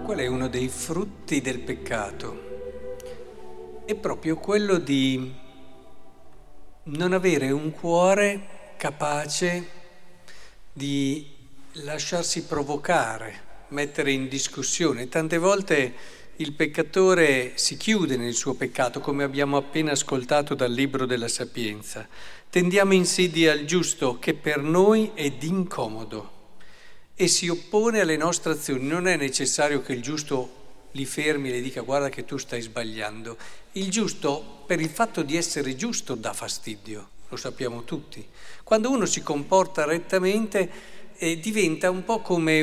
Qual è uno dei frutti del peccato? È proprio quello di non avere un cuore capace di lasciarsi provocare, mettere in discussione. Tante volte il peccatore si chiude nel suo peccato, come abbiamo appena ascoltato dal libro della Sapienza. Tendiamo insidia al giusto che per noi è d'incomodo e si oppone alle nostre azioni. Non è necessario che il giusto li fermi e le dica guarda che tu stai sbagliando. Il giusto, per il fatto di essere giusto, dà fastidio, lo sappiamo tutti. Quando uno si comporta rettamente diventa un po' come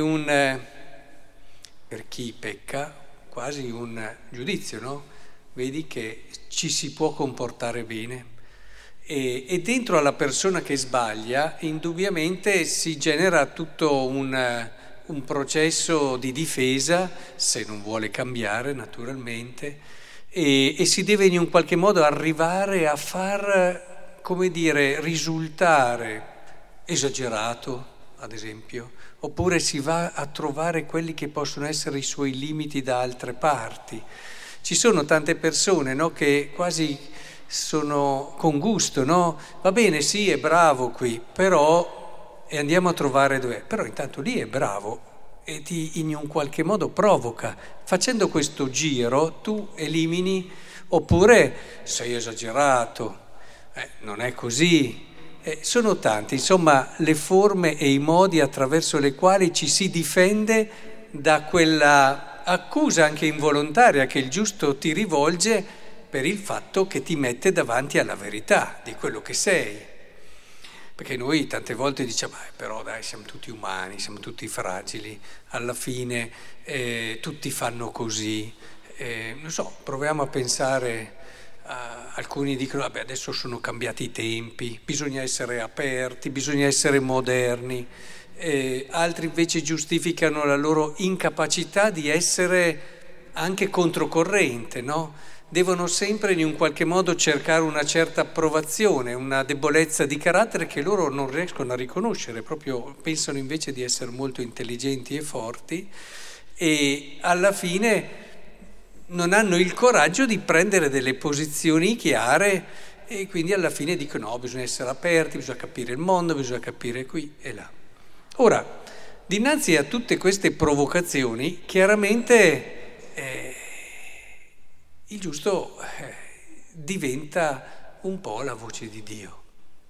per chi pecca, quasi un giudizio, no? Vedi che ci si può comportare bene. E dentro alla persona che sbaglia, indubbiamente si genera tutto un processo di difesa, se non vuole cambiare naturalmente, e si deve in un qualche modo arrivare a far, come dire, risultare esagerato, ad esempio, oppure si va a trovare quelli che possono essere i suoi limiti da altre parti. Ci sono tante persone, no, che quasi sono con gusto, no? Va bene, sì, è bravo qui, però e andiamo a trovare dov'è. Però intanto lì è bravo e ti in un qualche modo provoca. Facendo questo giro tu elimini, oppure sei esagerato, non è così. Sono tanti, insomma, le forme e i modi attraverso le quali ci si difende da quella accusa anche involontaria che il giusto ti rivolge per il fatto che ti mette davanti alla verità di quello che sei. Perché noi tante volte diciamo, però dai, siamo tutti umani, siamo tutti fragili, alla fine tutti fanno così. Non so, proviamo a pensare, alcuni dicono, vabbè, adesso sono cambiati i tempi, bisogna essere aperti, bisogna essere moderni. Altri invece giustificano la loro incapacità di essere anche controcorrente, no? Devono sempre in un qualche modo cercare una certa approvazione, una debolezza di carattere che loro non riescono a riconoscere, proprio pensano invece di essere molto intelligenti e forti e alla fine non hanno il coraggio di prendere delle posizioni chiare e quindi alla fine dicono no, bisogna essere aperti, bisogna capire il mondo, bisogna capire qui e là. Ora, dinanzi a tutte queste provocazioni, chiaramente il giusto diventa un po' la voce di Dio.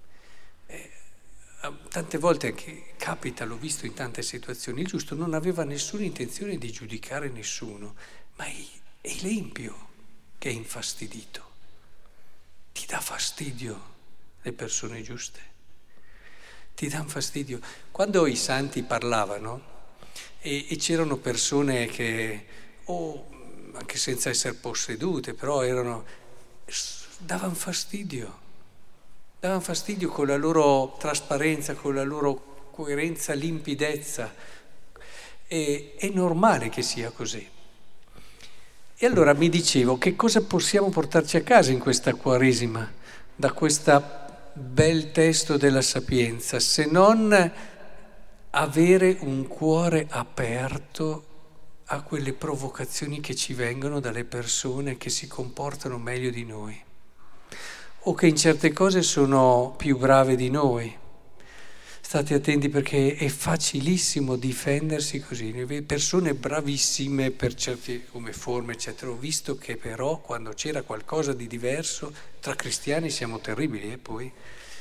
Tante volte anche capita, l'ho visto in tante situazioni, il giusto non aveva nessuna intenzione di giudicare nessuno, ma è l'empio che è infastidito. Ti dà fastidio le persone giuste? Ti danno fastidio? Quando i santi parlavano e c'erano persone che anche senza essere possedute, però davano fastidio con la loro trasparenza, con la loro coerenza, limpidezza. È normale che sia così. E allora mi dicevo, che cosa possiamo portarci a casa in questa Quaresima, da questo bel testo della Sapienza, se non avere un cuore aperto a quelle provocazioni che ci vengono dalle persone che si comportano meglio di noi o che in certe cose sono più brave di noi. State attenti perché è facilissimo difendersi così. Persone bravissime per certe come forme, eccetera. Ho visto che però quando c'era qualcosa di diverso, tra cristiani siamo terribili, poi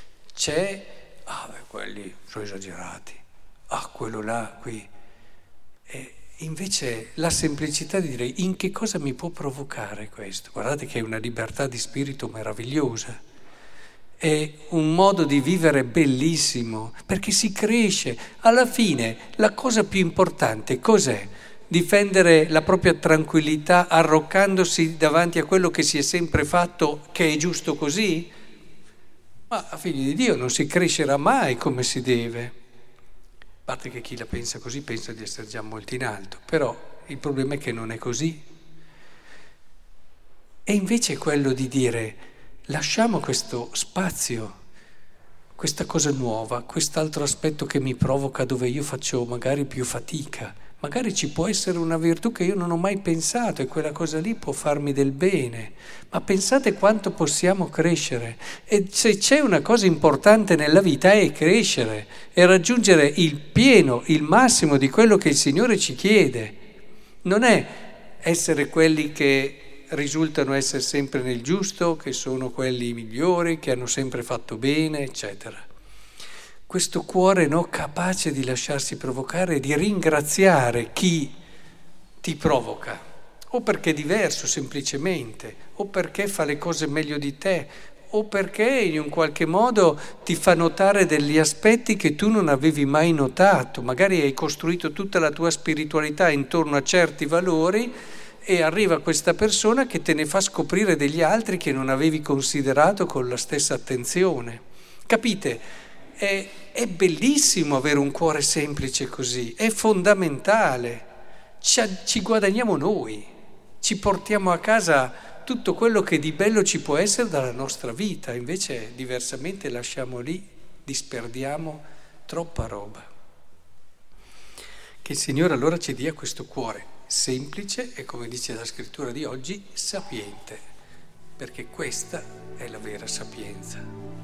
quelli sono esagerati. Quello là, qui. Invece la semplicità di dire in che cosa mi può provocare questo? Guardate che è una libertà di spirito meravigliosa, è un modo di vivere bellissimo, perché si cresce. Alla fine la cosa più importante cos'è? Difendere la propria tranquillità arroccandosi davanti a quello che si è sempre fatto, che è giusto così? Ma a figli di Dio non si crescerà mai come si deve. A parte che chi la pensa così pensa di essere già molto in alto, però il problema è che non è così. E invece è quello di dire lasciamo questo spazio, questa cosa nuova, quest'altro aspetto che mi provoca dove io faccio magari più fatica, Magari ci può essere una virtù che io non ho mai pensato e quella cosa lì può farmi del bene. Ma pensate quanto possiamo crescere. E se c'è una cosa importante nella vita è crescere, è raggiungere il pieno, il massimo di quello che il Signore ci chiede. Non è essere quelli che risultano essere sempre nel giusto, che sono quelli migliori, che hanno sempre fatto bene, eccetera. Questo cuore capace di lasciarsi provocare e di ringraziare chi ti provoca, o perché è diverso semplicemente, o perché fa le cose meglio di te, o perché in un qualche modo ti fa notare degli aspetti che tu non avevi mai notato. Magari hai costruito tutta la tua spiritualità intorno a certi valori e arriva questa persona che te ne fa scoprire degli altri che non avevi considerato con la stessa attenzione. Capite? È bellissimo avere un cuore semplice così, è fondamentale, ci guadagniamo noi, ci portiamo a casa tutto quello che di bello ci può essere dalla nostra vita, invece diversamente lasciamo lì, disperdiamo troppa roba. Che il Signore allora ci dia questo cuore semplice e, come dice la scrittura di oggi, sapiente, perché questa è la vera sapienza.